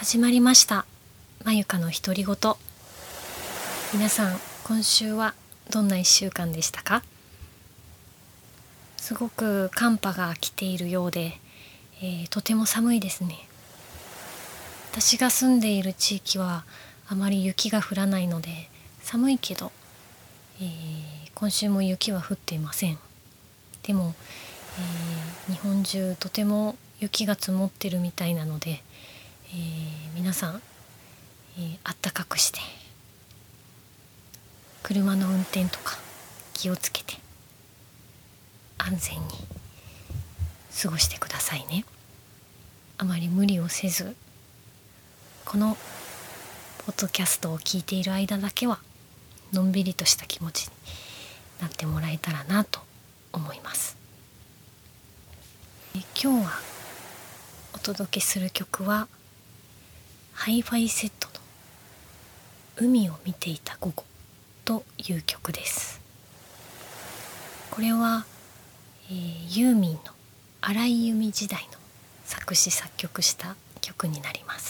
始まりました。まゆかの独り言。皆さん、今週はどんな1週間でしたか？すごく寒波が来ているようで、とても寒いですね。私が住んでいる地域はあまり雪が降らないので寒いけど、今週も雪は降っていません。でも、日本中とても雪が積もってるみたいなので、皆さん、あったかくして車の運転とか気をつけて安全に過ごしてくださいね。あまり無理をせず、このポッドキャストを聞いている間だけはのんびりとした気持ちになってもらえたらなと思います。今日はお届けする曲はハイファイセットの海を見ていた午後という曲です。これは、ユーミンの荒井由実時代の作詞作曲した曲になります。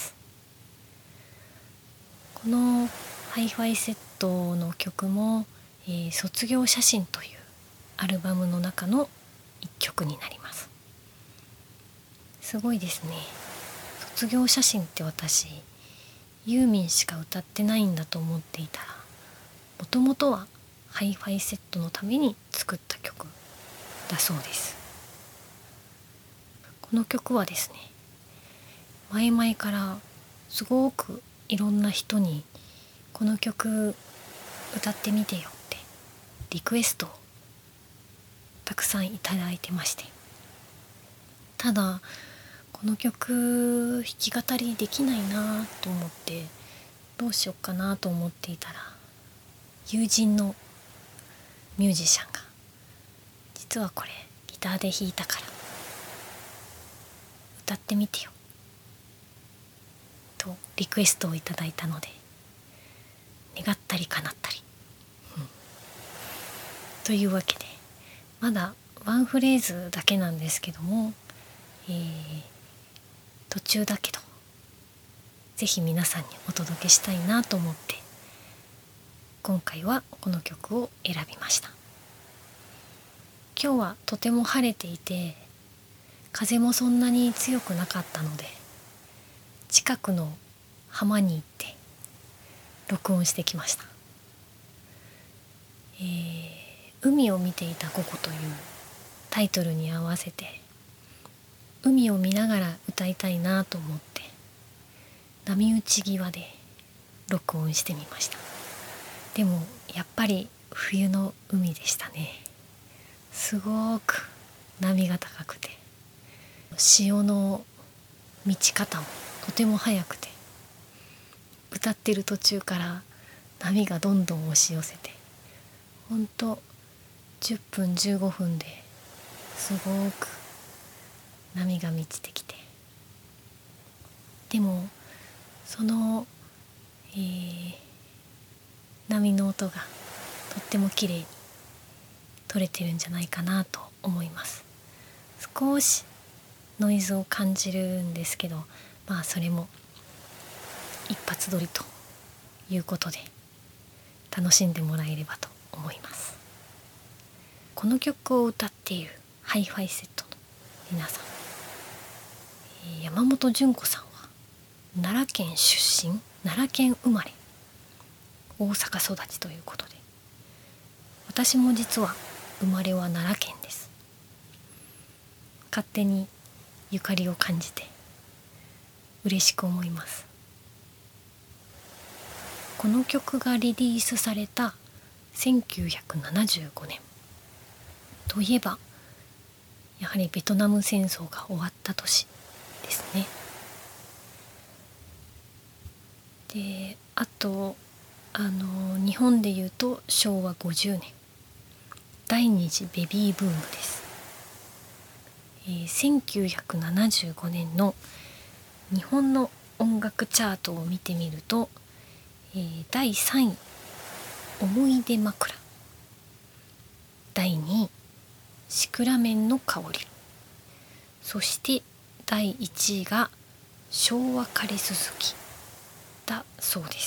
このハイファイセットの曲も、卒業写真というアルバムの中の一曲になります。すごいですね。卒業写真って私ユーミンしか歌ってないんだと思っていたら、もともとはハイファイセットのために作った曲だそうです。この曲はですね、前々からすごくいろんな人にこの曲歌ってみてよってリクエストをたくさんいただいてまして、ただこの曲弾き語りできないなと思ってどうしようかなと思っていたら、友人のミュージシャンが実はこれギターで弾いたから歌ってみてよとリクエストをいただいたので、願ったり叶ったり、というわけでまだワンフレーズだけなんですけども、途中だけどぜひ皆さんにお届けしたいなと思って今回はこの曲を選びました。今日はとても晴れていて風もそんなに強くなかったので、近くの浜に行って録音してきました。海を見ていた午後というタイトルに合わせて海を見ながら歌いたいなと思って波打ち際で録音してみました。でもやっぱり冬の海でしたね。すごく波が高くて潮の満ち方もとても速くて、歌ってる途中から波がどんどん押し寄せて、ほんと10分15分ですごく波が満ちてきて、でもその、波の音がとっても綺麗に撮れてるんじゃないかなと思います。少しノイズを感じるんですけど、まあそれも一発撮りということで楽しんでもらえればと思います。この曲を歌っているハイファイセットの皆さん、山本純子さんは奈良県出身、奈良県生まれ、大阪育ちということで、私も実は生まれは奈良県です。勝手にゆかりを感じて嬉しく思います。この曲がリリースされた1975年といえばやはりベトナム戦争が終わった年ですね。で、あと日本でいうと昭和50年第二次ベビーブームです。1975年の日本の音楽チャートを見てみると、第3位思い出枕、第2位シクラメンの香り、そして第1位が昭和枯鈴木だそうです。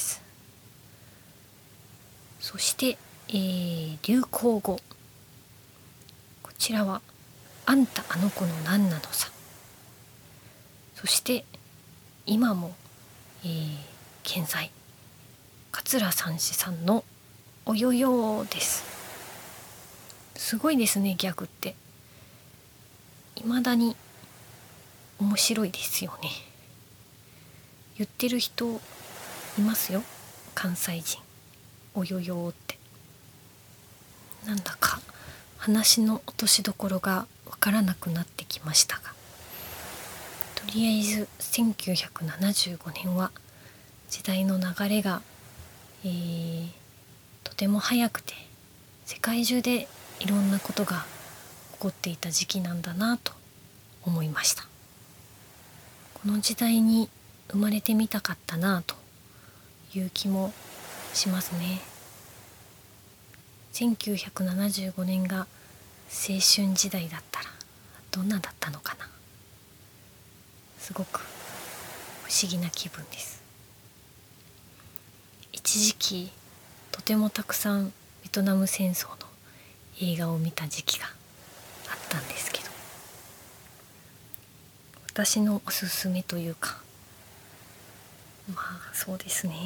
そして、流行語、こちらはあんたあの子の何なのさ。そして今も、現在桂三枝さんのおよよです。すごいですね、ギャグって。未だに面白いですよね。言ってる人いますよ、関西人。およよって。なんだか話の落としどころがわからなくなってきましたが、とりあえず1975年は時代の流れが、とても早くて、世界中でいろんなことが起こっていた時期なんだなと思いました。この時代に生まれてみたかったなという気もしますね。1975年が青春時代だったらどんなだったのかな。すごく不思議な気分です。一時期とてもたくさんベトナム戦争の映画を見た時期があったんですけど、私のおすすめというか、そうですね、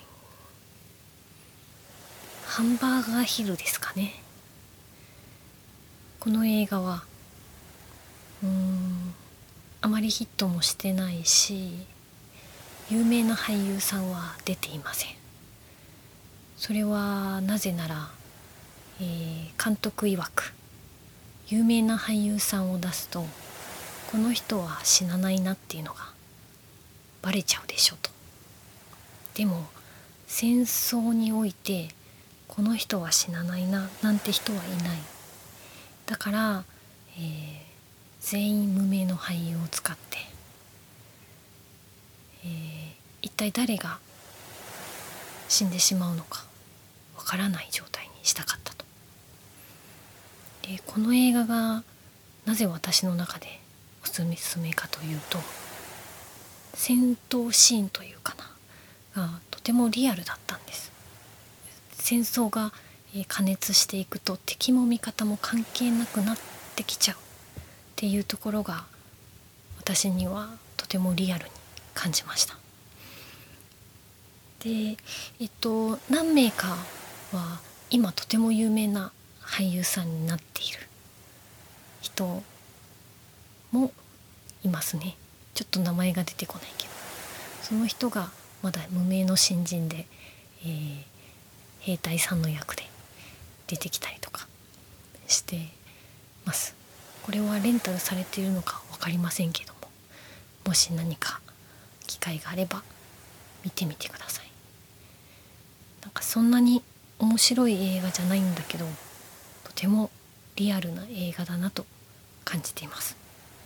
ハンバーガーヒルですかね。この映画はあまりヒットもしてないし、有名な俳優さんは出ていません。それはなぜなら、監督曰く、有名な俳優さんを出すとこの人は死なないなっていうのがバレちゃうでしょと。でも戦争においてこの人は死なないななんて人はいない。だから、全員無名の俳優を使って、一体誰が死んでしまうのかわからない状態にしたかったと。でこの映画がなぜ私の中でおすすめかというと、戦闘シーンというかながとてもリアルだったんです。戦争が過熱していくと敵も味方も関係なくなってきちゃうっていうところが私にはとてもリアルに感じました。で、何名かは今とても有名な俳優さんになっている人もいますね。ちょっと名前が出てこないけど、その人がまだ無名の新人で、兵隊さんの役で出てきたりとかしてます。これはレンタルされているのか分かりませんけども、もし何か機会があれば見てみてください。なんかそんなに面白い映画じゃないんだけど、とてもリアルな映画だなと感じています。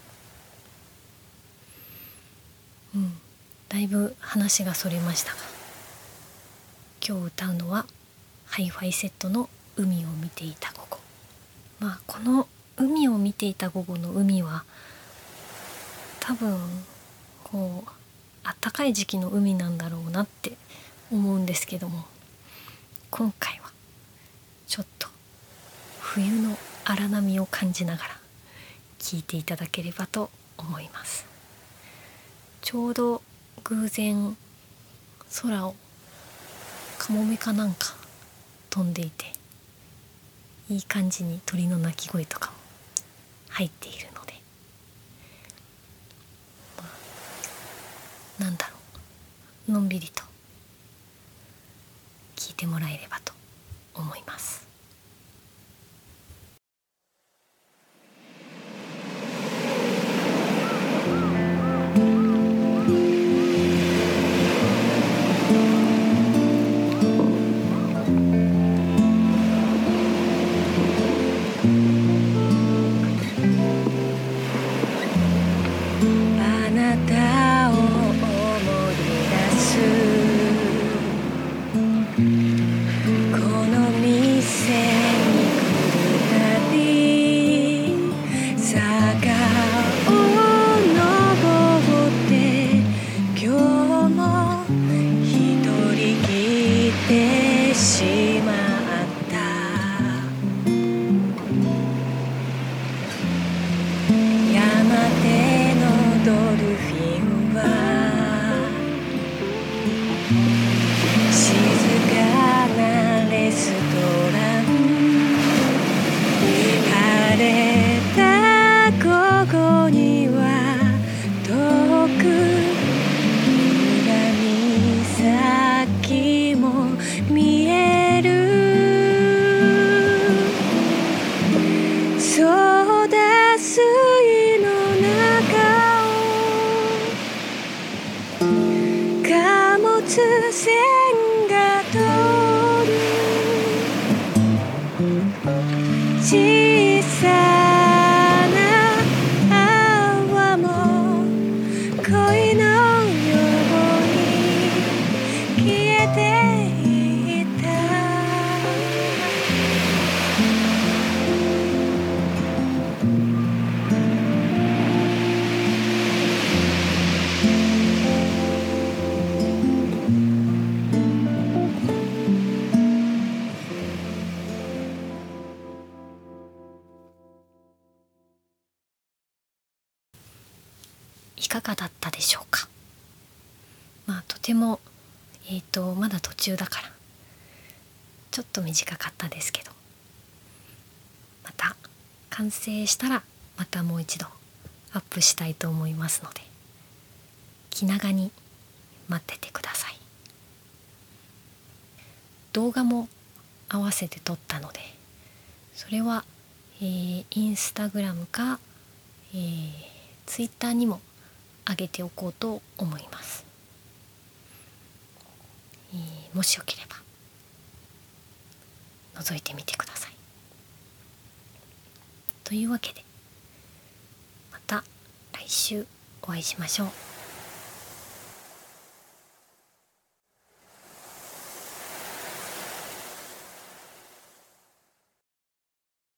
だいぶ話がそれましたが、今日歌うのはハイファイセットの海を見ていた午後。この海を見ていた午後の海は多分こう暖かい時期の海なんだろうなって思うんですけども、今回はちょっと冬の荒波を感じながら聴いていただければと思います。ちょうど偶然空をカモメかなんか飛んでいて、いい感じに鳥の鳴き声とかも入っているので、なんだろう、のんびりと聞いてもらえればと思います。あなたを思い出すこの店線が通る小さな泡も恋のように消えていったいかがだったでしょうか。とてもまだ途中だからちょっと短かったですけど、また完成したらまたもう一度アップしたいと思いますので、気長に待っててください。動画も合わせて撮ったので、それは、インスタグラムか、ツイッターにも上げておこうと思います。もしよければ覗いてみてください。というわけで、また来週お会いしましょう。